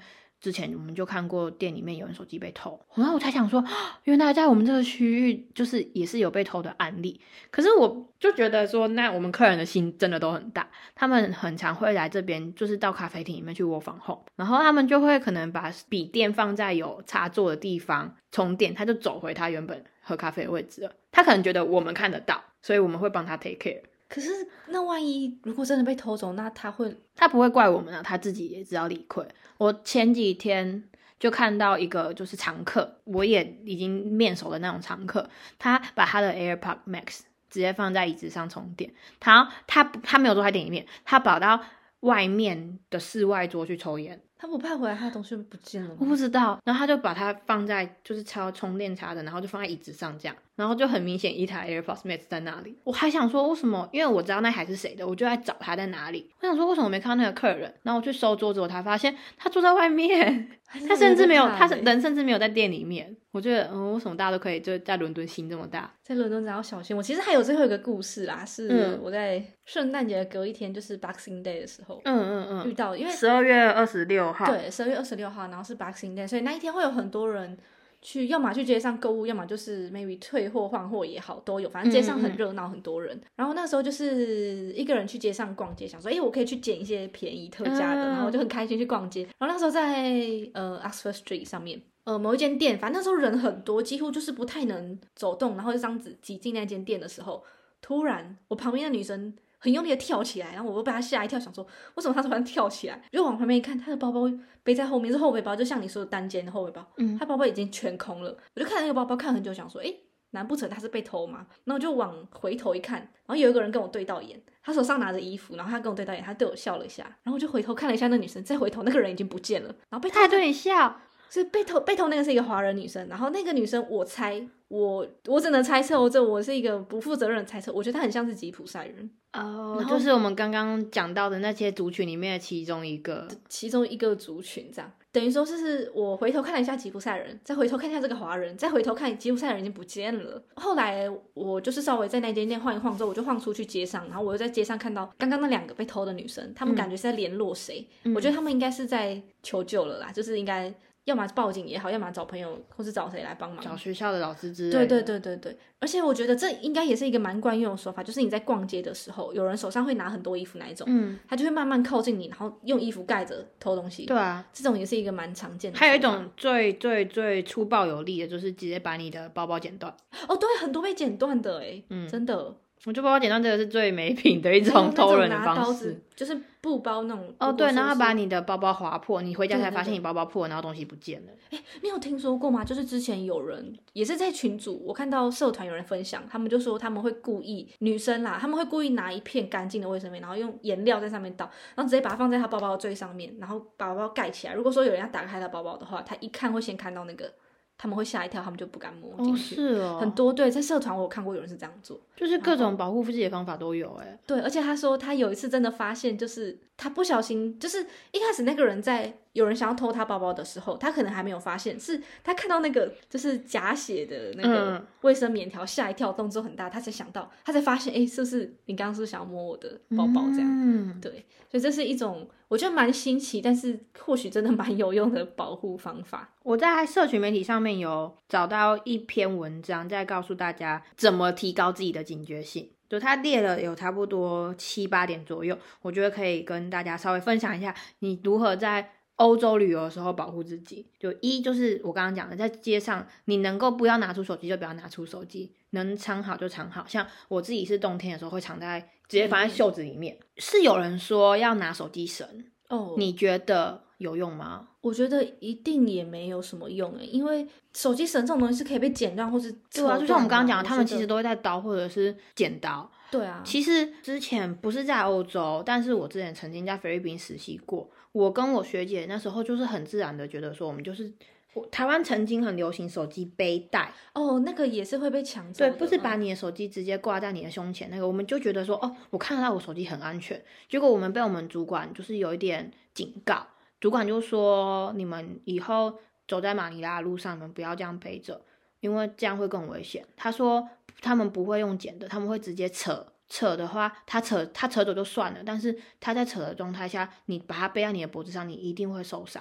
之前我们就看过店里面有人手机被偷，然后我才想说原来在我们这个区域就是也是有被偷的案例。可是我就觉得说那我们客人的心真的都很大，他们很常会来这边就是到咖啡厅里面去work from home，然后他们就会可能把笔电放在有插座的地方充电，他就走回他原本喝咖啡的位置了，他可能觉得我们看得到，所以我们会帮他 take care。 可是那万一如果真的被偷走，那他会他不会怪我们啊，他自己也知道理亏。我前几天就看到一个就是常客，我也已经面熟的那种常客，他把他的 AirPod Max 直接放在椅子上充电，他他他没有坐在店里面，他跑到外面的室外桌去抽烟。 他不怕回来他的东西不见了吗？ 我不知道，然后他就把它放在就是插充电插的，然后就放在椅子上这样，然后就很明显一台 AirPods Max 在那里。我还想说为什么，因为我知道那台是谁的，我就在找他在哪里。我想说为什么我没看到那个客人，然后我去收桌子，我才发现他坐在外面，他甚至没有，他人甚至没有在店里面。我觉得嗯，为什么大家都可以就在伦敦心这么大？ 在伦敦只要小心。我其实还有最后一个故事啦，是我在圣诞节隔一天，就是 Boxing Day 的时候，嗯嗯嗯，遇到，因为十二月二十六号， 对，十二月二十六号，然后是 Boxing Day， 所以那一天会有很多人去，要么去街上购物，要么就是 maybe 退货换货也好，都有，反正街上很热闹，很多人。然后那时候就是一个人去街上逛街，想说，哎、欸，我可以去捡一些便宜特价的，然后我就很开心去逛街。然后那时候在呃 Oxford Street 上面。呃，某一间店，反正那时候人很多，几乎就是不太能走动，然后就这样子挤进那间店的时候，突然我旁边的女生很用力的跳起来，然后我又被她吓一跳，想说为什么她突然跳起来？就往旁边一看，她的包包背在后面，是后背包，就像你说的单肩的后背包，嗯，她包包已经全空了。我就看那个包包看很久，想说，诶，难不成她是被偷吗？然后我就往回头一看，然后有一个人跟我对到眼，他手上拿着衣服，然后他跟我对到眼，他对我笑了一下，然后我就回头看了一下那女生，再回头那个人已经不见了，然后被偷， 他对你笑。 是被偷被偷那个是一个华人女生，然后那个女生我猜我我只能猜测，我这我是一个不负责任的猜测，我觉得她很像是吉普赛人哦， oh, 就是我们刚刚讲到的那些族群里面的其中一个其中一个族群，这样等于说是我回头看了一下吉普赛人，再回头看一下这个华人，再回头看吉普赛人已经不见了。后来我就是稍微在那间店晃一晃之后，我就晃出去街上，然后我又在街上看到刚刚那两个被偷的女生，他们感觉是在联络谁、嗯、我觉得他们应该是在求救了啦，就是应该要么报警也好，要么找朋友或是找谁来帮忙， 找学校的老师之类的。 对对对对对，而且我觉得这应该也是一个蛮惯用的说法，就是你在逛街的时候，有人手上会拿很多衣服那一种，嗯，他就会慢慢靠近你，然后用衣服盖着偷东西。 对啊， 这种也是一个蛮常见的。 还有一种最最最粗暴有力的，就是直接把你的包包剪断。 哦，对，很多被剪断的哎，嗯，真的。 我觉得包包剪断这个是最没品的一种偷人的方式， 拿刀子就是布包那种。 哦，对，然后把你的包包划破，你回家才发现你包包破，然后东西不见了。 哎，你有听说过吗？就是之前有人也是在群组，我看到社团有人分享，他们就说他们会故意女生啦，他们会故意拿一片干净的卫生棉，然后用颜料在上面倒，然后直接把它放在他包包的最上面，然后把包包盖起来。如果说有人要打开他包包的话，他一看会先看到那个。他们会吓一跳，他们就不敢摸进去。 哦，是哦， 很多对，在社团我有看过有人是这样做， 就是各种保护自己的方法都有哎。 对，而且他说他有一次真的发现，就是他不小心，就是一开始那个人在有人想要偷他包包的时候，他可能还没有发现，是他看到那个就是假血的那个卫生棉条，吓一跳，动作很大，他才想到，他才发现，哎，是不是你刚刚是不是想要摸我的包包这样？嗯，对，所以这是一种我觉得蛮新奇，但是或许真的蛮有用的保护方法。 我在社群媒体上面有找到一篇文章，在告诉大家怎么提高自己的警觉性。就他列了有差不多七八点左右，我觉得可以跟大家稍微分享一下，你如何在欧洲旅游的时候保护自己。就一就是我刚刚讲的，在街上你能够不要拿出手机就不要拿出手机，能藏好就藏好。像我自己是冬天的时候会藏在直接放在袖子里面。嗯、是有人说要拿手机绳哦，你觉得有用吗？ 我觉得一定也没有什么用诶，因为手机绳这种东西是可以被剪断或是对啊，就像我们刚刚讲的，他们其实都会带刀或者是剪刀。 对啊， 其实之前不是在欧洲，但是我之前曾经在菲律宾实习过。我跟我学姐那时候就是很自然的觉得说，我们就是台湾曾经很流行手机背带哦，那个也是会被抢走的。 对，不是把你的手机直接挂在你的胸前那个，我们就觉得说哦，我看得到我手机很安全。结果我们被我们主管就是有一点警告。主管就说你们以后走在马尼拉的路上，你们不要这样背着，因为这样会更危险。他说他们不会用剪的，他们会直接扯，扯的话他扯他扯走就算了，但是他在扯的状态下，你把它背在你的脖子上，你一定会受伤。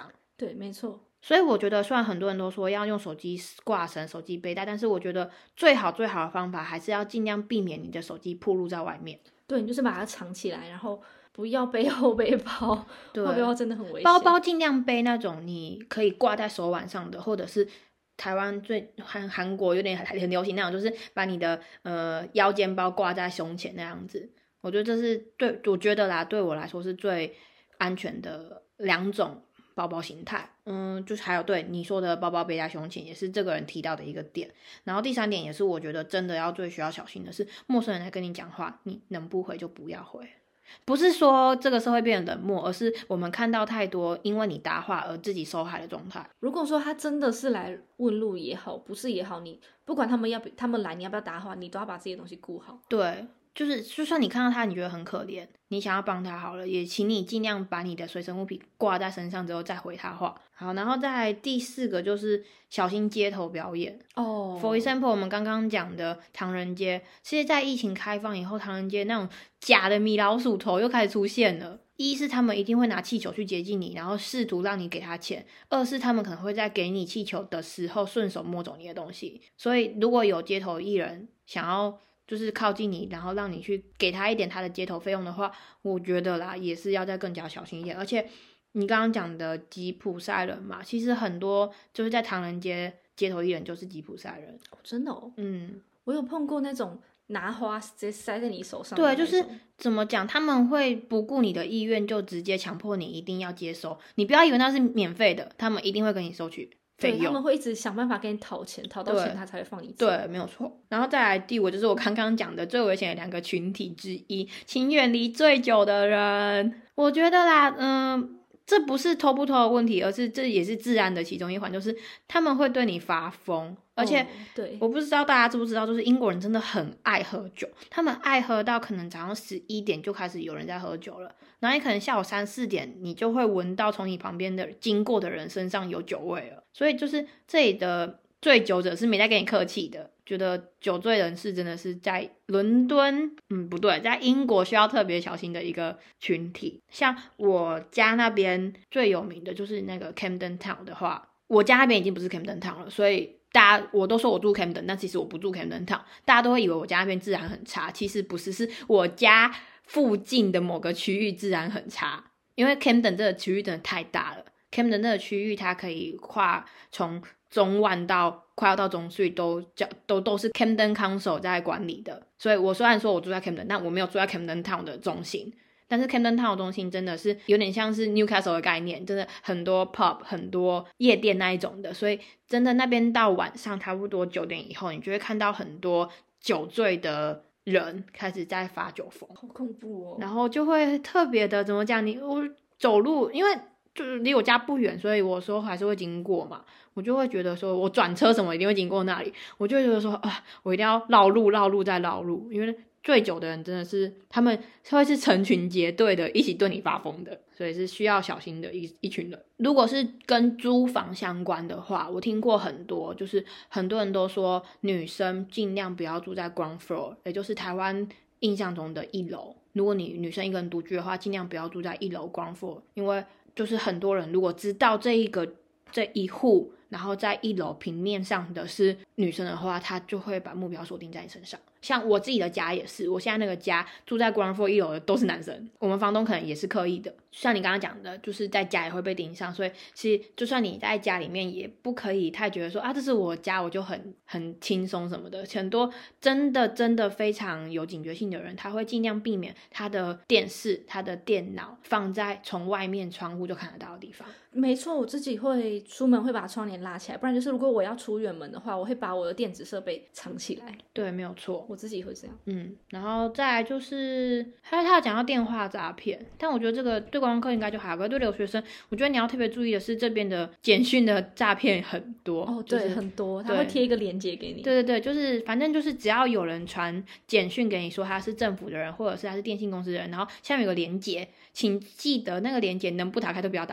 对，没错。 所以我觉得虽然很多人都说要用手机挂绳、手机背带，但是我觉得最好最好的方法还是要尽量避免你的手机暴露在外面。 对，你就是把它藏起来，然后不要背后背包， 对， 后背包真的很危险。 包包尽量背那种你可以挂在手腕上的，或者是台湾最韩韩国有点很流行那种，就是把你的呃腰间包挂在胸前那样子。我觉得这是对，我觉得啦，对我来说是最安全的两种包包形态。嗯，就是还有对你说的包包背在胸前，也是这个人提到的一个点。然后第三点也是我觉得真的要最需要小心的是，陌生人在跟你讲话，你能不回就不要回。不是说这个社会变得冷漠，而是我们看到太多因为你搭话而自己受害的状态。 如果说他真的是来问路也好，不是也好，你不管他们要不他们来，你要不要搭话，你都要把自己的东西顾好。 对，就是就算你看到他你觉得很可怜，你想要帮他好了，也请你尽量把你的随身物品挂在身上之后再回他话。好，然后再来第四个就是小心街头表演哦。 For example， 我们刚刚讲的唐人街，其实在疫情开放以后，唐人街那种假的米老鼠头又开始出现了。一是他们一定会拿气球去接近你，然后试图让你给他钱；二是他们可能会在给你气球的时候顺手摸走你的东西。所以如果有街头艺人想要就是靠近你，然后让你去给他一点他的街头费用的话，我觉得啦也是要再更加小心一点。而且你刚刚讲的吉普赛人嘛，其实很多就是在唐人街街头艺人就是吉普赛人。 哦，真的哦。 嗯， 我有碰过那种拿花直接塞在你手上。 对，就是怎么讲，他们会不顾你的意愿就直接强迫你一定要接收。你不要以为那是免费的，他们一定会跟你收取费用。 对，他们会一直想办法给你讨钱，讨到钱他才会放你走。 对，没有错。然后再来第五就是我刚刚讲的最危险的两个群体之一，请远离醉酒的人。我觉得啦，嗯，这不是偷不偷的问题，而是这也是治安的其中一环，就是他们会对你发疯。而且、哦、 对， 我不知道大家知不知道，就是英国人真的很爱喝酒，他们爱喝到可能早上十一点就开始有人在喝酒了，然后你可能下午三四点你就会闻到从你旁边的经过的人身上有酒味了。所以就是这里的醉酒者是没在跟你客气的，觉得酒醉人士真的是在伦敦，嗯，不对，在英国需要特别小心的一个群体。像我家那边最有名的就是那个 Camden Town 的话，我家那边已经不是 Camden Town 了，所以大家我都说我住 Camden， 但其实我不住 Camden Town， 大家都会以为我家那边治安很差，其实不是，是我家附近的某个区域治安很差。因为 Camden 这个区域真的太大了， Camden 这个区域它可以跨从中湾到快要到中隧都都都是 Camden Council 在管理的。所以我虽然说我住在 Camden， 但我没有住在 Camden Town 的中心，但是 Camden Town 中心真的是有点像是 Newcastle 的概念，真的很多 pub 很多夜店那一种的，所以真的那边到晚上差不多九点以后，你就会看到很多酒醉的人开始在发酒疯， 好恐怖哦。 然后就会特别的怎么讲，你我走路因为就是离我家不远，所以我说还是会经过嘛，我就会觉得说我转车什么一定会经过那里，我就会觉得说啊，我一定要绕路绕路再绕路，因为醉酒的人真的是他们会是成群结队的一起对你发疯的，所以是需要小心的一一群人。如果是跟租房相关的话，我听过很多，就是很多人都说女生尽量不要住在 ground floor， 也就是台湾印象中的一楼。如果你女生一个人独居的话，尽量不要住在一楼 ground floor， 因为就是很多人如果知道这一个这一户然后在一楼平面上的是女生的话，他就会把目标锁定在你身上。像我自己的家也是，我现在那个家住在 ground floor 一楼的都是男生，我们房东可能也是刻意的，像你刚刚讲的，就是在家也会被盯上，所以其实就算你在家里面也不可以太觉得说啊这是我家我就很很轻松什么的。很多真的真的非常有警觉性的人，他会尽量避免他的电视他的电脑放在从外面窗户就看得到的地方。 没错，我自己会出门会把窗帘拉起来，不然就是如果我要出远门的话，我会把我的电子设备藏起来。 对，没有错， 我自己会这样。 嗯，然后再来就是还有他有讲到电话诈骗，但我觉得这个对观光客应该就还好，对留学生我觉得你要特别注意的是这边的简讯的诈骗很多哦， 就是、 对，很多，他会贴一个链接给你。 对对对，就是反正就是只要有人传简讯给你说他是政府的人或者是他是电信公司的人，然后下面有个链接，请记得那个链接能不打开都不要打开。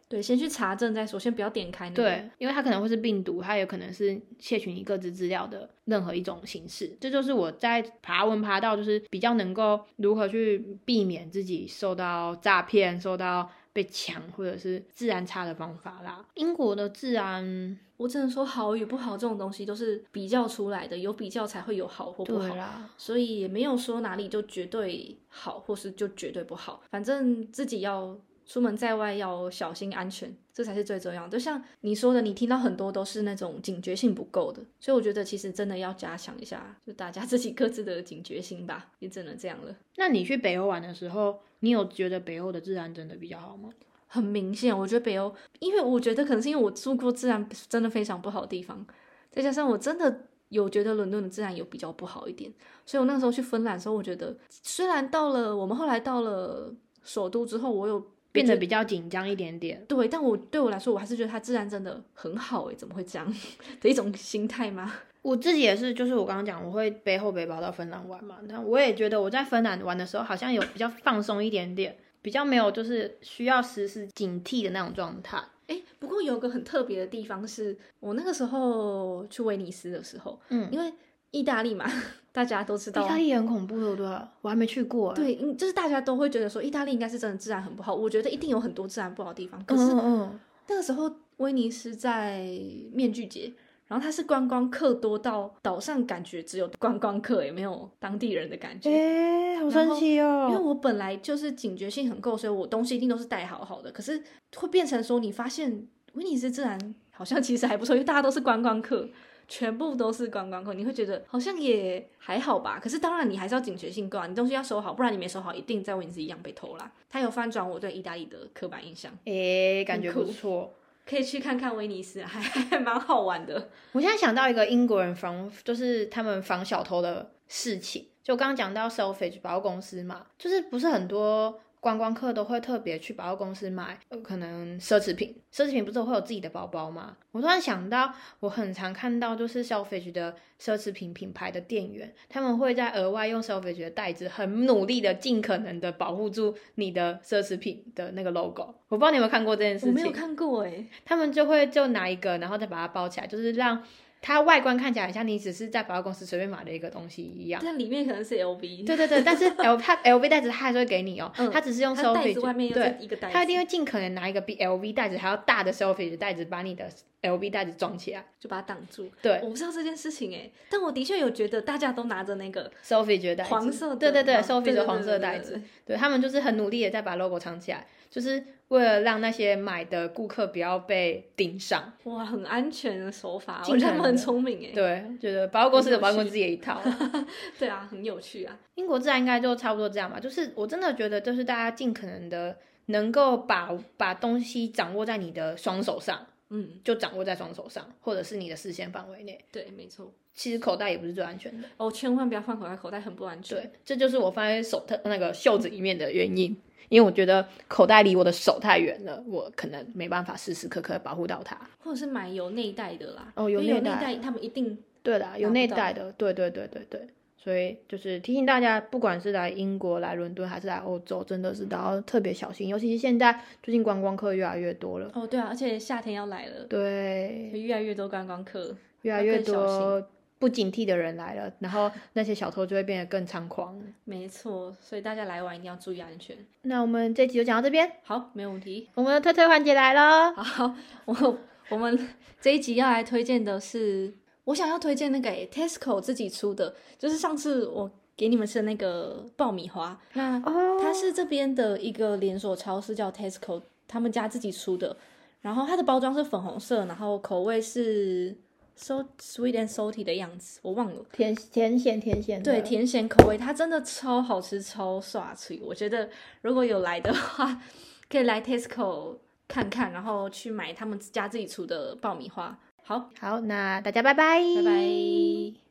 对，先去查证再说，先不要点开那个。 对，因为它可能会是病毒，它有可能是窃取你个资资料的任何一种形式。这就是我在爬文爬到，就是比较能够如何去避免自己受到诈骗、受到被抢或者是治安差的方法啦。英国的治安， 我只能说好与不好这种东西都是比较出来的，有比较才会有好或不好。 对啦， 所以也没有说哪里就绝对好，或是就绝对不好。反正自己要出门在外要小心安全，这才是最重要的。就像你说的，你听到很多都是那种警觉性不够的，所以我觉得其实真的要加强一下，就大家自己各自的警觉性吧，也只能这样了。 那你去北欧玩的时候，你有觉得北欧的治安真的比较好吗？ 很明显，我觉得北欧，因为我觉得可能是因为我住过治安真的非常不好的地方，再加上我真的有觉得伦敦的治安有比较不好一点，所以我那时候去芬兰的时候，我觉得虽然到了我们后来到了首都之后，我有变得比较紧张一点点。 对，但我对我来说，我还是觉得它治安真的很好诶，怎么会这样的一种心态吗？ 我自己也是，就是我刚刚讲，我会背后背包到芬兰玩嘛，但我也觉得我在芬兰玩的时候，好像有比较放松一点点，比较没有就是需要时时警惕的那种状态。 哎，不过有个很特别的地方是，我那个时候去威尼斯的时候， 嗯， 因为意大利嘛，大家都知道， 意大利也很恐怖，对不对？我还没去过。 对，就是大家都会觉得说，意大利应该是真的治安很不好。我觉得一定有很多治安不好的地方，可是嗯嗯那个时候威尼斯在面具节。然后它是观光客多到岛上感觉只有观光客，也没有当地人的感觉。 哎，好神奇哦！ 因为我本来就是警觉性很够，所以我东西一定都是带好好的。可是会变成说，你发现威尼斯治安好像其实还不错，因为大家都是观光客，全部都是观光客，你会觉得好像也还好吧。可是当然你还是要警觉性够啊，你东西要收好，不然你没收好，一定在威尼斯一样被偷啦。它有翻转我对意大利的刻板印象。 哎，感觉不错。 可以去看看威尼斯，还还蛮好玩的。 我现在想到一个英国人防，就是他们防小偷的事情。就刚刚讲到 Selfridges 百货公司嘛，就是不是很多观光客都会特别去百货公司买、呃、可能奢侈品，奢侈品不是会有自己的包包吗？我突然想到，我很常看到就是 Selfridges 的奢侈品品牌的店员，他们会在额外用 Selfridges 的袋子，很努力的尽可能的保护住你的奢侈品的那个 logo。我不知道你有没有看过这件事情？ 我没有看过哎、欸。 他们就会就拿一个，然后再把它包起来，就是让它外观看起来像你只是在百货公司随便买的一个东西一样， 但里面可能是 L V。 对对对，但是 L 它 L V 袋子它还是会给你哦， 嗯、 它只是用 Selfridges， 袋子外面有一个袋子， 它一定会尽可能拿一个比 L V 袋子还要大的 Selfridges 袋子把你的 L V 袋子装起来， 就把它挡住。 对， 我不知道这件事情哎，但我的确有觉得大家都拿着那个 Selfridges 袋子， 黄色的， 对对对 ，Selfridges 的黄色袋子，对他们就是很努力的在把 logo 藏起来，就是为了让那些买的顾客不要被盯上。 哇，很安全的手法，我觉得他们很聪明哎。 对，觉得百货公司的百货公司也一套。 对啊，很有趣啊。 英国治安应该就差不多这样吧，就是我真的觉得，就是大家尽可能的能够把把东西掌握在你的双手上， 嗯， 就掌握在双手上，或者是你的视线范围内。 对，没错。 其实口袋也不是最安全的哦，千万不要放口袋，口袋很不安全。 对，这就是我放在手特那个袖子里面的原因，因为我觉得口袋离我的手太远了，我可能没办法时时刻刻保护到它。 或者是买有内袋的啦。 哦，有内袋， 他们一定对啦，有内袋的，对对对对对。所以就是提醒大家，不管是来英国、来伦敦还是来欧洲，真的是都要特别小心，尤其是现在最近观光客越来越多了。 哦，对啊，而且夏天要来了， 对， 越来越多观光客， 越来越多不警惕的人来了，然后那些小偷就会变得更猖狂。 没错，所以大家来玩一定要注意安全。 那我们这集就讲到这边， 好，没有问题。 我们的推推环节来了。 好，我我们这一集要来推荐的是。我想要推荐那个 Tesco 自己出的，就是上次我给你们吃的那个爆米花。那它是这边的一个连锁超市叫 Tesco， 他们家自己出的。然后它的包装是粉红色，然后口味是 so sweet and salty 的样子，我忘了。 甜甜咸甜咸的。 对，甜咸口味，它真的超好吃，超爽脆。我觉得如果有来的话，可以来 Tesco 看看，然后去买他们家自己出的爆米花。好好，那大家拜拜， 拜拜。